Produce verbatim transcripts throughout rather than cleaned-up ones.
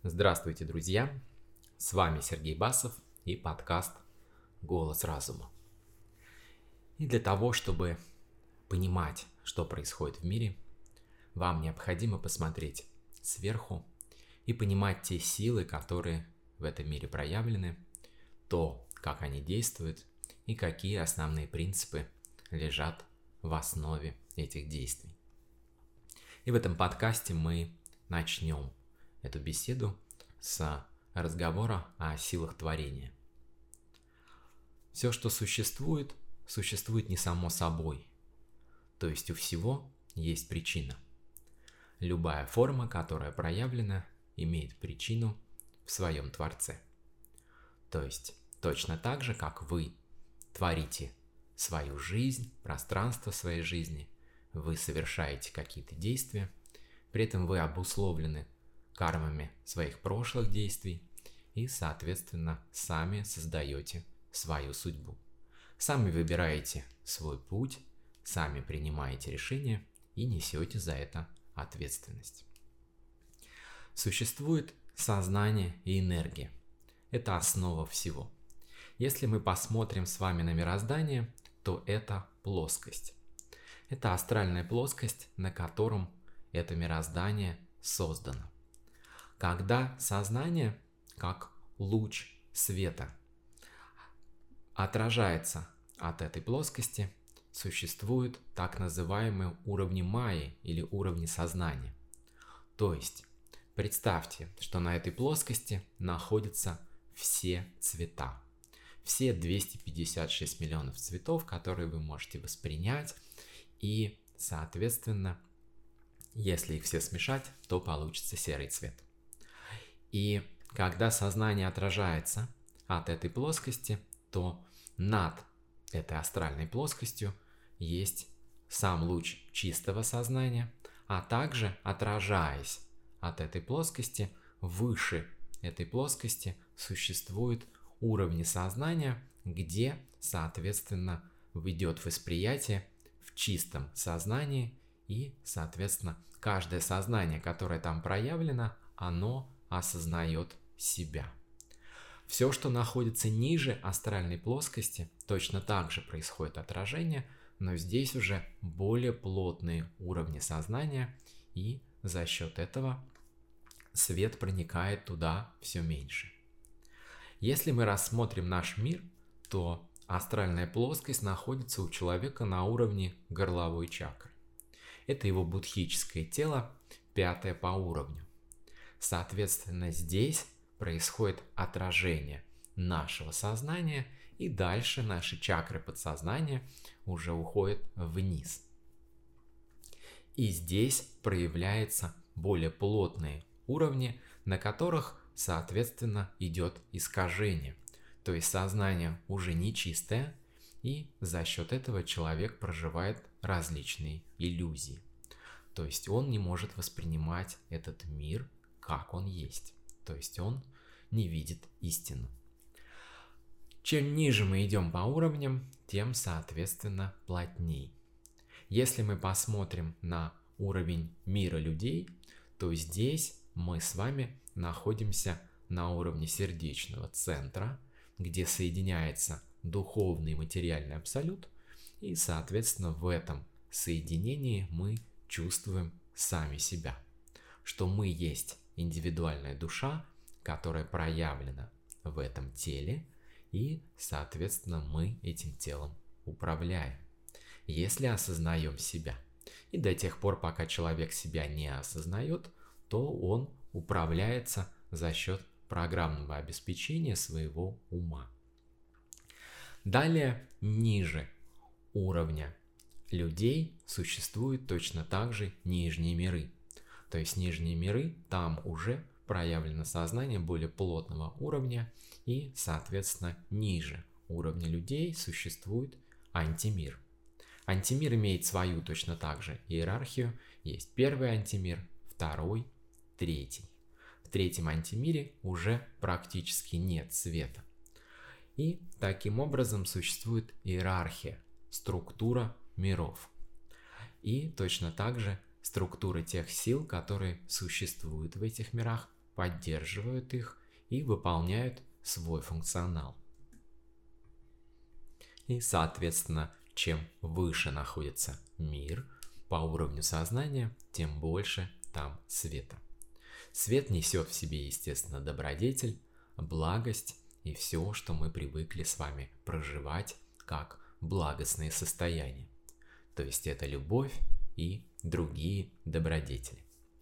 Здравствуйте, друзья! С вами Сергей Басов и подкаст «Голос разума». И для того, чтобы понимать, что происходит в мире, вам необходимо посмотреть сверху и понимать те силы, которые в этом мире проявлены, то, как они действуют и какие основные принципы лежат в основе этих действий. И в этом подкасте мы начнем эту беседу с разговора о силах творения. Все, что существует, существует не само собой. То есть у всего есть причина. Любая форма, которая проявлена, имеет причину в своем Творце. То есть точно так же, как вы творите свою жизнь, пространство своей жизни, вы совершаете какие-то действия, при этом вы обусловлены кармами своих прошлых действий и, соответственно, сами создаете свою судьбу. Сами выбираете свой путь, сами принимаете решения и несете за это ответственность. Существует сознание и энергия. Это основа всего. Если мы посмотрим с вами на мироздание, то это плоскость. Это астральная плоскость, на котором это мироздание создано. Когда сознание, как луч света, отражается от этой плоскости, существуют так называемые уровни майи или уровни сознания. То есть, представьте, что на этой плоскости находятся все цвета. Все двести пятьдесят шесть миллионов цветов, которые вы можете воспринять. И, соответственно, если их все смешать, то получится серый цвет. И когда сознание отражается от этой плоскости, то над этой астральной плоскостью есть сам луч чистого сознания, а также, отражаясь от этой плоскости, выше этой плоскости существуют уровни сознания, где, соответственно, идет восприятие в чистом сознании, и, соответственно, каждое сознание, которое там проявлено, оно осознает себя. Все, что находится ниже астральной плоскости, точно так же происходит отражение, но здесь уже более плотные уровни сознания, и за счет этого свет проникает туда все меньше. Если мы рассмотрим наш мир, то астральная плоскость находится у человека на уровне горловой чакры. Это его будхическое тело, пятое по уровню. Соответственно, здесь происходит отражение нашего сознания, и дальше наши чакры подсознания уже уходят вниз. И здесь проявляются более плотные уровни, на которых, соответственно, идет искажение. То есть сознание уже не чистое, и за счет этого человек проживает различные иллюзии. То есть он не может воспринимать этот мир, как он есть. То есть он не видит истину. Чем ниже мы идем по уровням, тем, соответственно, плотней. Если мы посмотрим на уровень мира людей, то здесь мы с вами находимся на уровне сердечного центра, где соединяется духовный и материальный абсолют, и, соответственно, в этом соединении мы чувствуем сами себя, что мы есть индивидуальная душа, которая проявлена в этом теле, и, соответственно, мы этим телом управляем, если осознаем себя. И до тех пор, пока человек себя не осознает, то он управляется за счет программного обеспечения своего ума. Далее, ниже уровня людей существуют точно так же нижние миры. То есть нижние миры, там уже проявлено сознание более плотного уровня, и, соответственно, ниже уровня людей существует антимир. Антимир имеет свою точно так же иерархию. Есть первый антимир, второй, третий. В третьем антимире уже практически нет света. И таким образом существует иерархия, структура миров. И точно так же структуры тех сил, которые существуют в этих мирах, поддерживают их и выполняют свой функционал. И, соответственно, чем выше находится мир по уровню сознания, тем больше там света. Свет несет в себе, естественно, добродетель, благость и все, что мы привыкли с вами проживать как благостные состояния. То есть это любовь и другие добродетели.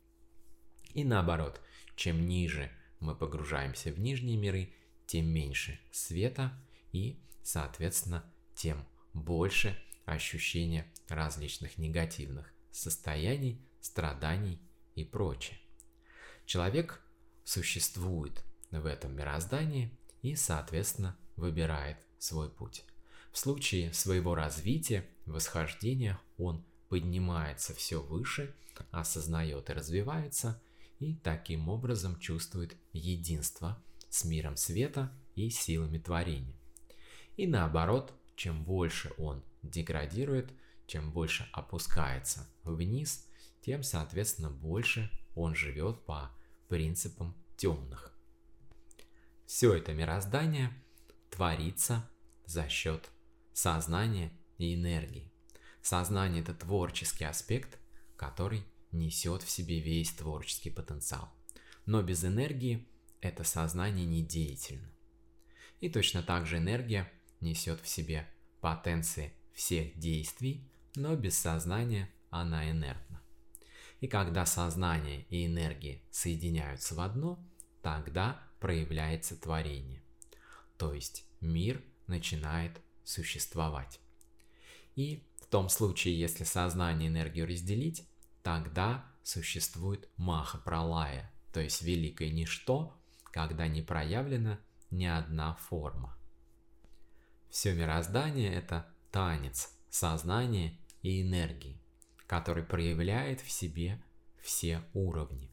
И наоборот, чем ниже мы погружаемся в нижние миры, тем меньше света и, соответственно, тем больше ощущения различных негативных состояний, страданий и прочее. Человек существует в этом мироздании и, соответственно, выбирает свой путь. В случае своего развития, восхождения, он поднимается все выше, осознает и развивается, и таким образом чувствует единство с миром света и силами творения. И наоборот, чем больше он деградирует, чем больше опускается вниз, тем, соответственно, больше он живет по принципам темных. Все это мироздание творится за счет сознания и энергии. Сознание – это творческий аспект, который несет в себе весь творческий потенциал. Но без энергии это сознание не деятельно. И точно так же энергия несет в себе потенции всех действий, но без сознания она инертна. И когда сознание и энергия соединяются в одно, тогда проявляется творение. То есть мир начинает существовать. И в том случае, если сознание и энергию разделить, тогда существует маха-пралая, то есть великое ничто, когда не проявлена ни одна форма. Все мироздание – это танец сознания и энергии, который проявляет в себе все уровни.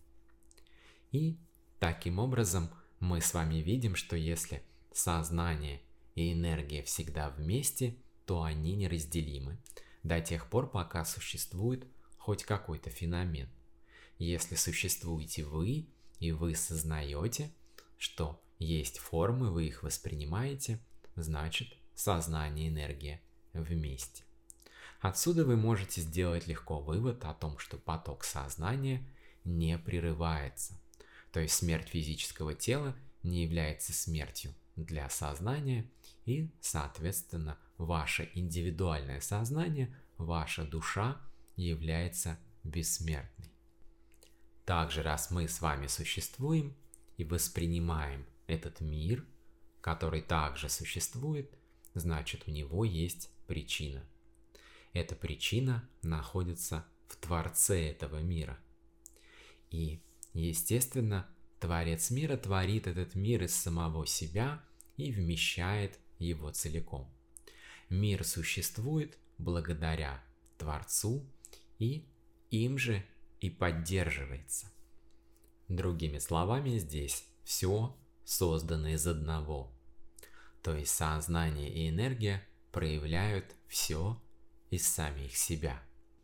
И таким образом мы с вами видим, что если сознание и энергия всегда вместе, то они неразделимы до тех пор, пока существует хоть какой-то феномен. Если существуете вы, и вы сознаете, что есть формы, вы их воспринимаете, значит сознание и энергия вместе. Отсюда вы можете сделать легко вывод о том, что поток сознания не прерывается. То есть смерть физического тела не является смертью для сознания, и, соответственно, ваше индивидуальное сознание, ваша душа является бессмертной. Также, раз мы с вами существуем и воспринимаем этот мир, который также существует, значит, у него есть причина. Эта причина находится в Творце этого мира. И, естественно, Творец мира творит этот мир из самого себя и вмещает его целиком. Мир существует благодаря Творцу, и им же и поддерживается. Другими словами, здесь все создано из одного. То есть сознание и энергия проявляют все из самих себя.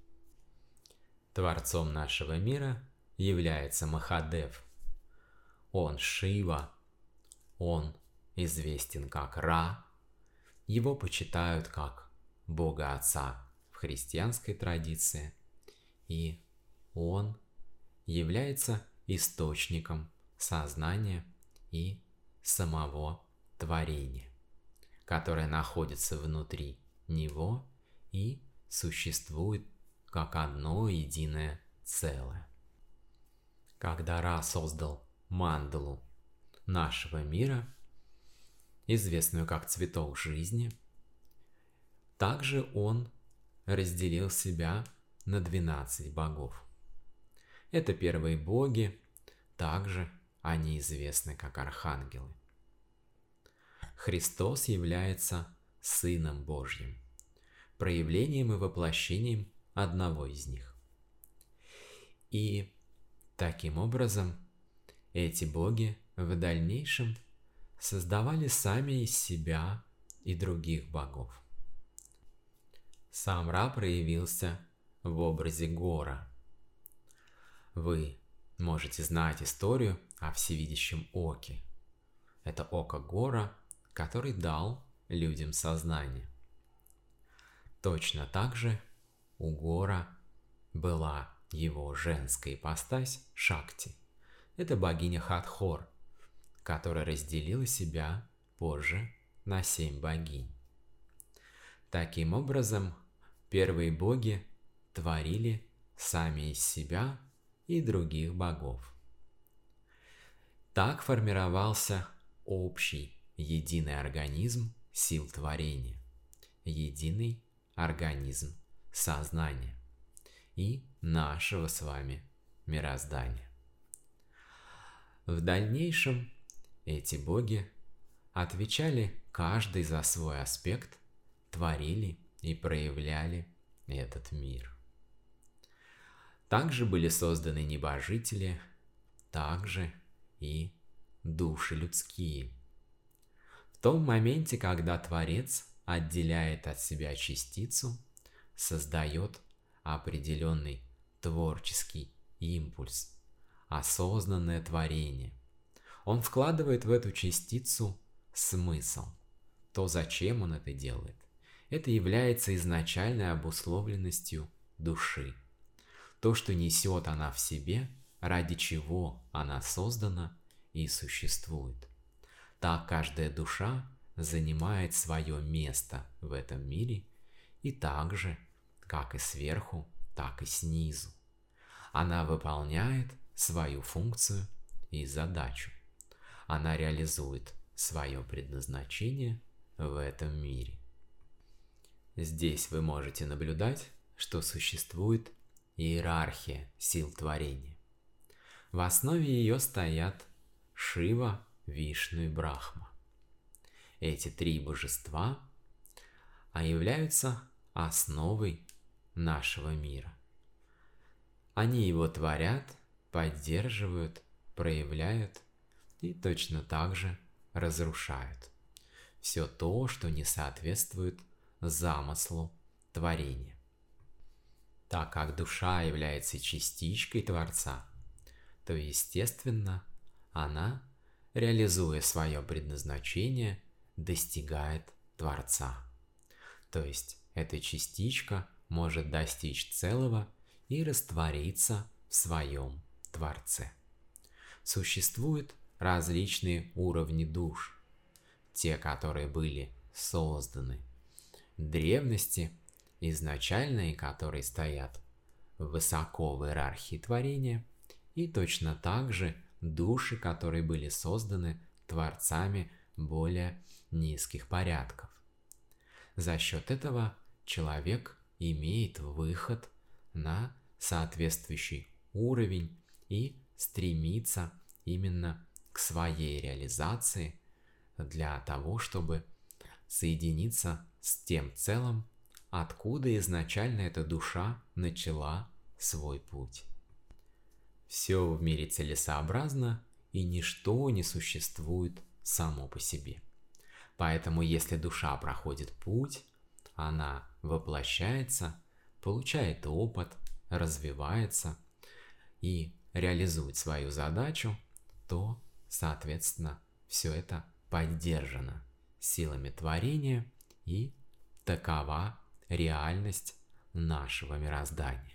Творцом нашего мира является Махадев. Он Шива, он известен как Ра, его почитают как Бога Отца в христианской традиции, и он является источником сознания и самого творения, которое находится внутри него и существует как одно единое целое. Когда Ра создал мандалу нашего мира, известную как цветок жизни, также он разделил себя на двенадцать богов. Это первые боги, также они известны как архангелы. Христос является Сыном Божьим, проявлением и воплощением одного из них. И таким образом эти боги в дальнейшем создавали сами из себя и других богов. Сам Ра проявился в образе Гора. Вы можете знать историю о всевидящем оке. Это око Гора, который дал людям сознание. Точно так же у Гора была его женская ипостась Шакти. Это богиня Хатхор, которая разделила себя позже на семь богинь. Таким образом, первые боги творили сами из себя и других богов. Так формировался общий, единый организм сил творения, единый организм сознания и нашего с вами мироздания. В дальнейшем эти боги отвечали каждый за свой аспект, творили и проявляли этот мир. Также были созданы небожители, также и души людские. В том моменте, когда Творец отделяет от себя частицу, создает определенный творческий импульс, осознанное творение. Он вкладывает в эту частицу смысл, то, зачем он это делает. Это является изначальной обусловленностью души. То, что несет она в себе, ради чего она создана и существует. Так каждая душа занимает свое место в этом мире, и так же, как и сверху, так и снизу. Она выполняет свою функцию и задачу. Она реализует свое предназначение в этом мире. Здесь вы можете наблюдать, что существует иерархия сил творения. В основе ее стоят Шива, Вишну и Брахма. Эти три божества а являются основой нашего мира. Они его творят, поддерживают, проявляют и точно так же разрушают все то, что не соответствует замыслу творения. Так как душа является частичкой Творца, то, естественно, она, реализуя свое предназначение, достигает Творца. То есть эта частичка может достичь целого и раствориться в своем Творце. Существуют различные уровни душ. Те, которые были созданы в древности, изначальные, которые стоят высоко в иерархии творения, и точно так же души, которые были созданы творцами более низких порядков. За счет этого человек имеет выход на соответствующий уровень и стремится именно к своей реализации для того, чтобы соединиться с тем целым, откуда изначально эта душа начала свой путь. Все в мире целесообразно, и ничто не существует само по себе. Поэтому, если душа проходит путь, она воплощается, получает опыт, развивается и реализует свою задачу, то, соответственно, все это поддержано силами творения, и такова реальность нашего мироздания.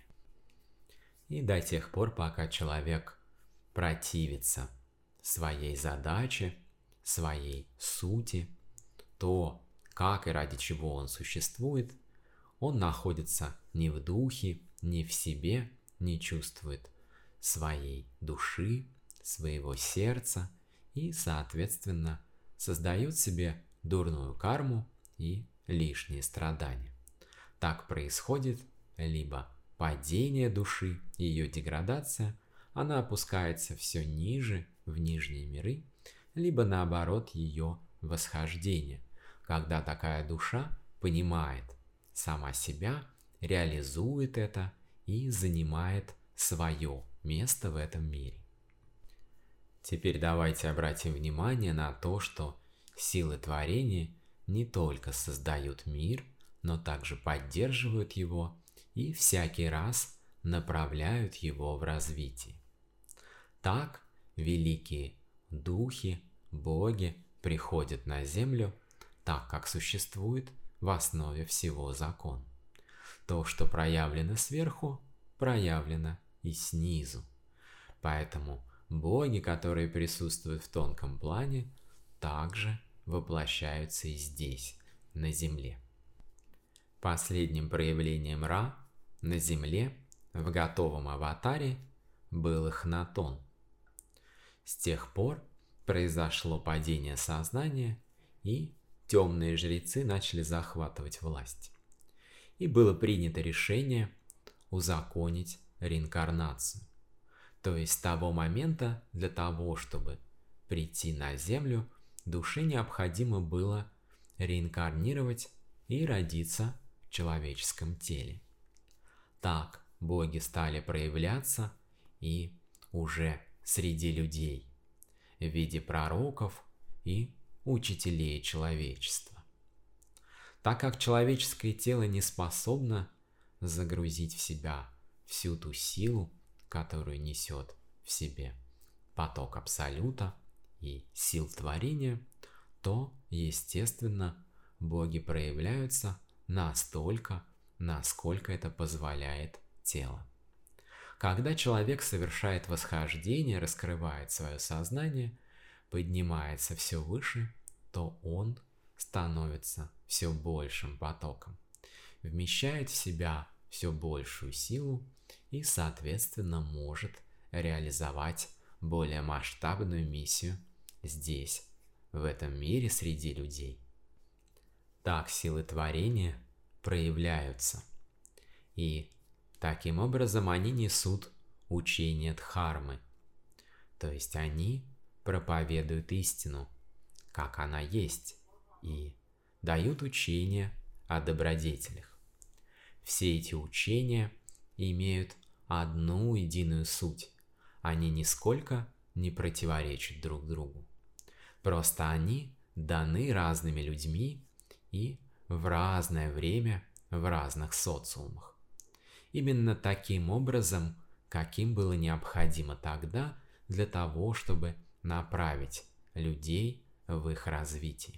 И до тех пор, пока человек противится своей задаче, своей сути, то, как и ради чего он существует, он находится не в духе, не в себе, не чувствует своей души, своего сердца и, соответственно, создает себе дурную карму и лишние страдания. Так происходит либо падение души, ее деградация, она опускается все ниже в нижние миры, либо наоборот ее восхождение, когда такая душа понимает сама себя, реализует это и занимает свое место в этом мире. Теперь давайте обратим внимание на то, что силы творения не только создают мир, но также поддерживают его и всякий раз направляют его в развитие. Так, великие духи, боги приходят на землю, так как существует в основе всего закон. То, что проявлено сверху, проявлено и снизу. Поэтому боги, которые присутствуют в тонком плане, также воплощаются и здесь, на земле. Последним проявлением Ра на земле в готовом аватаре был Эхнатон. С тех пор произошло падение сознания, и темные жрецы начали захватывать власть. И было принято решение узаконить реинкарнацию. То есть с того момента, для того, чтобы прийти на Землю, душе необходимо было реинкарнировать и родиться в человеческом теле. Так боги стали проявляться и уже среди людей в виде пророков и учителей человечества. Так как человеческое тело не способно загрузить в себя всю ту силу, которую несет в себе поток Абсолюта и сил творения, то, естественно, боги проявляются настолько, насколько это позволяет тело. Когда человек совершает восхождение, раскрывает свое сознание, поднимается все выше, то он становится все большим потоком, вмещает в себя все большую силу и, соответственно, может реализовать более масштабную миссию здесь, в этом мире, среди людей. Так силы творения проявляются, и таким образом они несут учение Дхармы, то есть они проповедуют истину, как она есть, и дают учение о добродетелях. Все эти учения имеют одну единую суть, они нисколько не противоречат друг другу. Просто они даны разными людьми и в разное время в разных социумах. Именно таким образом, каким было необходимо тогда для того, чтобы направить людей в их развитии.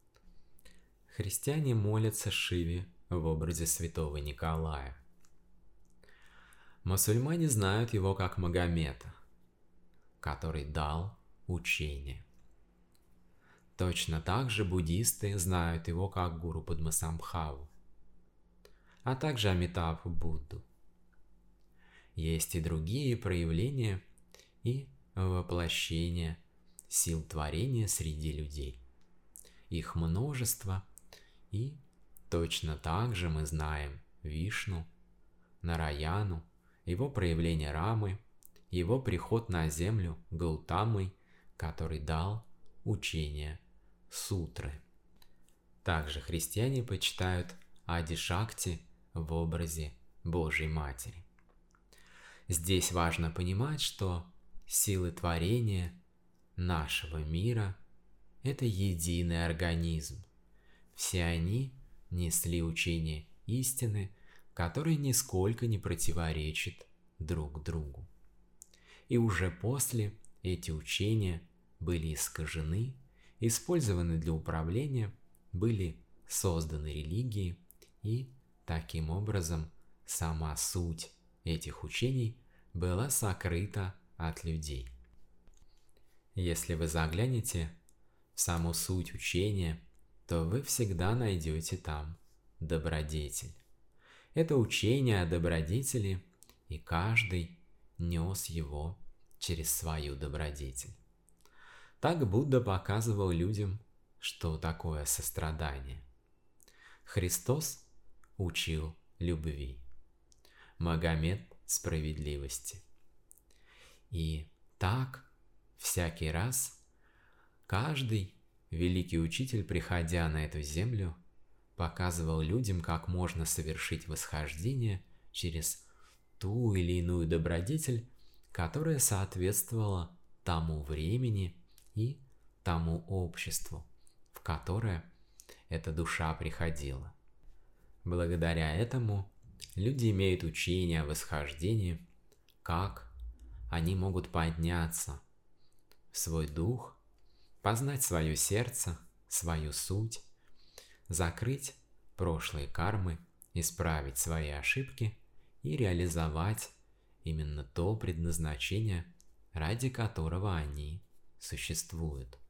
Христиане молятся Шиве в образе святого Николая. Мусульмане знают его как Магомета, который дал учение. Точно так же буддисты знают его как гуру Падмасамбхаву, а также Амитабху Будду. Есть и другие проявления и воплощения сил творения среди людей. Их множество, и точно так же мы знаем Вишну, Нараяну, его проявление Рамы, его приход на землю Гаутамой, который дал учение сутры. Также христиане почитают Ади Шакти в образе Божьей Матери. Здесь важно понимать, что силы творения нашего мира – это единый организм. Все они несли учение истины, которое нисколько не противоречит друг другу. И уже после эти учения были искажены, использованы для управления, были созданы религии, и таким образом сама суть этих учений была сокрыта от людей. Если вы заглянете в саму суть учения, то вы всегда найдете там добродетель. Это учение о добродетели, и каждый нес его через свою добродетель. Так Будда показывал людям, что такое сострадание. Христос учил любви, Магомед – справедливости. И так всякий раз каждый великий учитель, приходя на эту землю, показывал людям, как можно совершить восхождение через ту или иную добродетель, которая соответствовала тому времени и тому обществу, в которое эта душа приходила. Благодаря этому люди имеют учение о восхождении, как они могут подняться в свой дух, познать свое сердце, свою суть, закрыть прошлые кармы, исправить свои ошибки и реализовать именно то предназначение, ради которого они существуют.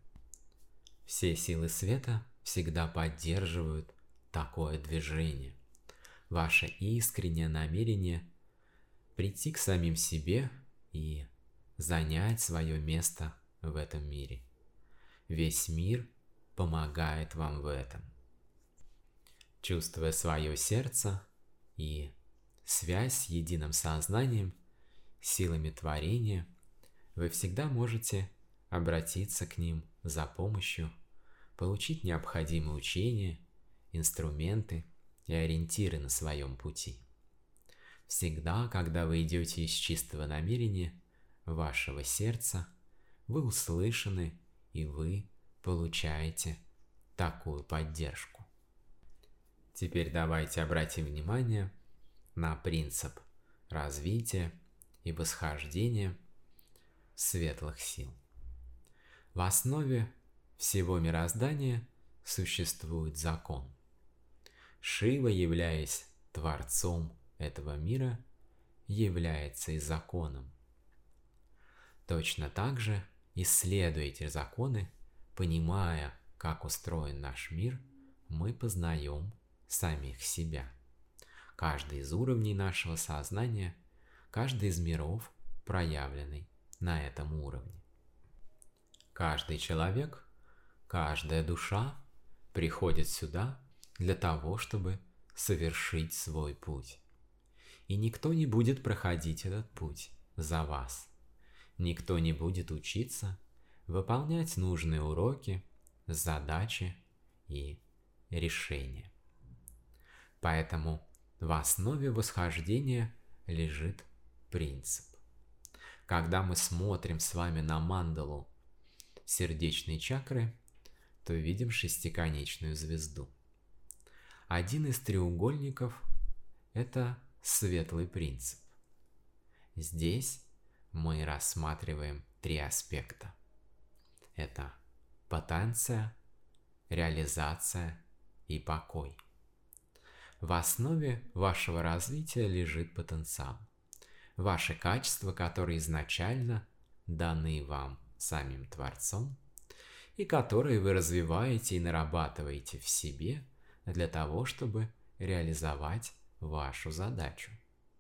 Все силы света всегда поддерживают такое движение. Ваше искреннее намерение прийти к самим себе и занять свое место в этом мире. Весь мир помогает вам в этом. Чувствуя свое сердце и связь с единым сознанием, силами творения, вы всегда можете обратиться к ним за помощью, получить необходимые учения, инструменты и ориентиры на своем пути. Всегда, когда вы идете из чистого намерения вашего сердца, вы услышаны и вы получаете такую поддержку. Теперь давайте обратим внимание на принцип развития и восхождения светлых сил. В основе всего мироздания существует закон. Шива, являясь творцом этого мира, является и законом. Точно так же, исследуя эти законы, понимая, как устроен наш мир, мы познаем самих себя. Каждый из уровней нашего сознания, каждый из миров, проявленный на этом уровне. Каждый человек, каждая душа приходит сюда для того, чтобы совершить свой путь. И никто не будет проходить этот путь за вас. Никто не будет учиться выполнять нужные уроки, задачи и решения. Поэтому в основе восхождения лежит принцип. Когда мы смотрим с вами на мандалу сердечной чакры, то видим шестиконечную звезду. Один из треугольников – это светлый принцип. Здесь мы рассматриваем три аспекта. Это потенция, реализация и покой. В основе вашего развития лежит потенциал. Ваши качества, которые изначально даны вам самим Творцом, и которые вы развиваете и нарабатываете в себе для того, чтобы реализовать вашу задачу.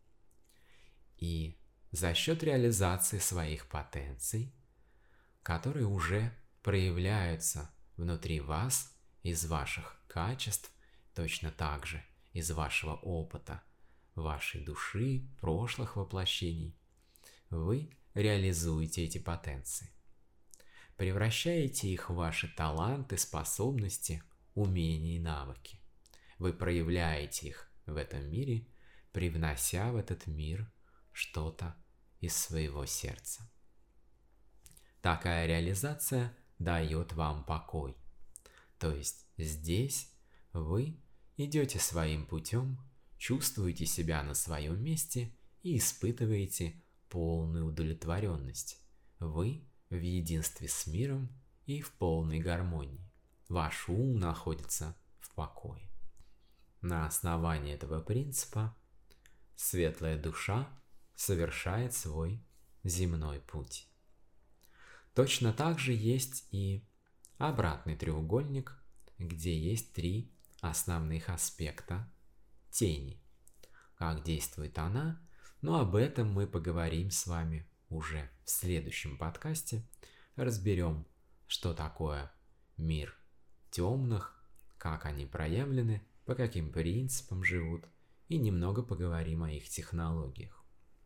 И за счет реализации своих потенций, которые уже проявляются внутри вас из ваших качеств, точно так же из вашего опыта, вашей души, прошлых воплощений, вы реализуете эти потенции. Превращаете их в ваши таланты, способности, умения и навыки. Вы проявляете их в этом мире, привнося в этот мир что-то из своего сердца. Такая реализация дает вам покой. То есть здесь вы идете своим путем, чувствуете себя на своем месте и испытываете полную удовлетворенность. Вы в единстве с миром и в полной гармонии. Ваш ум находится в покое. На основании этого принципа светлая душа совершает свой земной путь. Точно так же есть и обратный треугольник, где есть три основных аспекта тени. Как действует она, но об этом мы поговорим с вами уже в следующем подкасте. Разберем, что такое мир темных, как они проявлены, по каким принципам живут, и немного поговорим о их технологиях.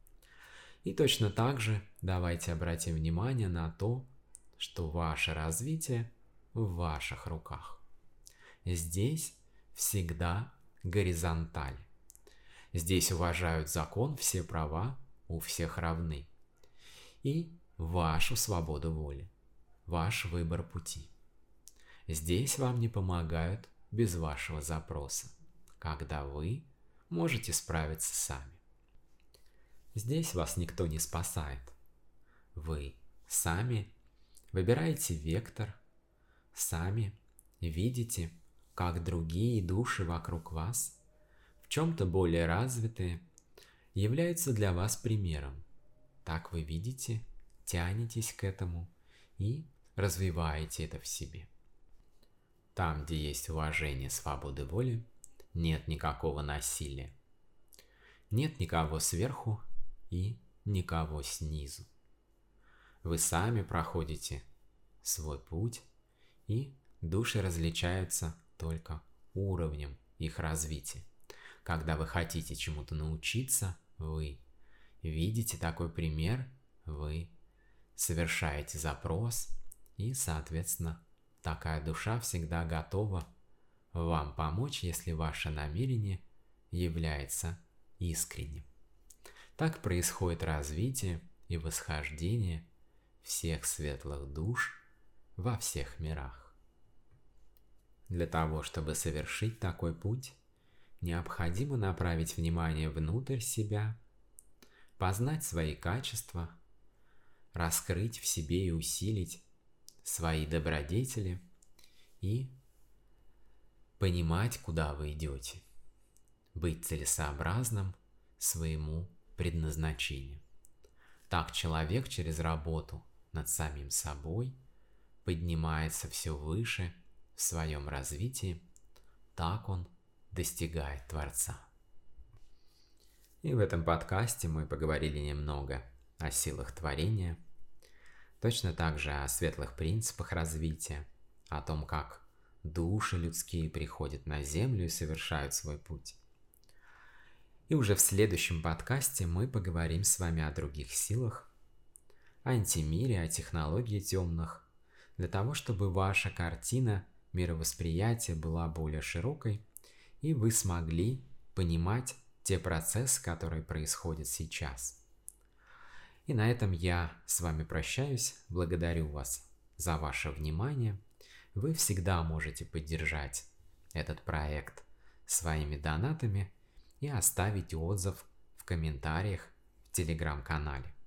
И точно так же давайте обратим внимание на то, что ваше развитие в ваших руках. Здесь всегда горизонталь. Здесь уважают закон, все права у всех равны. И вашу свободу воли, ваш выбор пути. Здесь вам не помогают без вашего запроса, когда вы можете справиться сами. Здесь вас никто не спасает. Вы сами выбираете вектор, сами видите, как другие души вокруг вас, в чем-то более развитые, являются для вас примером. Так вы видите, тянетесь к этому и развиваете это в себе. Там, где есть уважение свободы воли, нет никакого насилия. Нет никого сверху и никого снизу. Вы сами проходите свой путь, и души различаются только уровнем их развития. Когда вы хотите чему-то научиться, вы видите такой пример, вы совершаете запрос, и, соответственно, такая душа всегда готова вам помочь, если ваше намерение является искренним. Так происходит развитие и восхождение всех светлых душ во всех мирах. Для того, чтобы совершить такой путь, необходимо направить внимание внутрь себя, познать свои качества, раскрыть в себе и усилить свои добродетели и понимать, куда вы идете, быть целесообразным своему предназначению. Так человек через работу над самим собой поднимается все выше в своем развитии, так он достигает Творца. И в этом подкасте мы поговорили немного о силах творения, точно так же о светлых принципах развития, о том, как души людские приходят на землю и совершают свой путь. И уже в следующем подкасте мы поговорим с вами о других силах, о антимире, о технологии темных, для того, чтобы ваша картина мировосприятия была более широкой, и вы смогли понимать те процессы, которые происходят сейчас. И на этом я с вами прощаюсь, благодарю вас за ваше внимание. Вы всегда можете поддержать этот проект своими донатами и оставить отзыв в комментариях в телеграм-канале.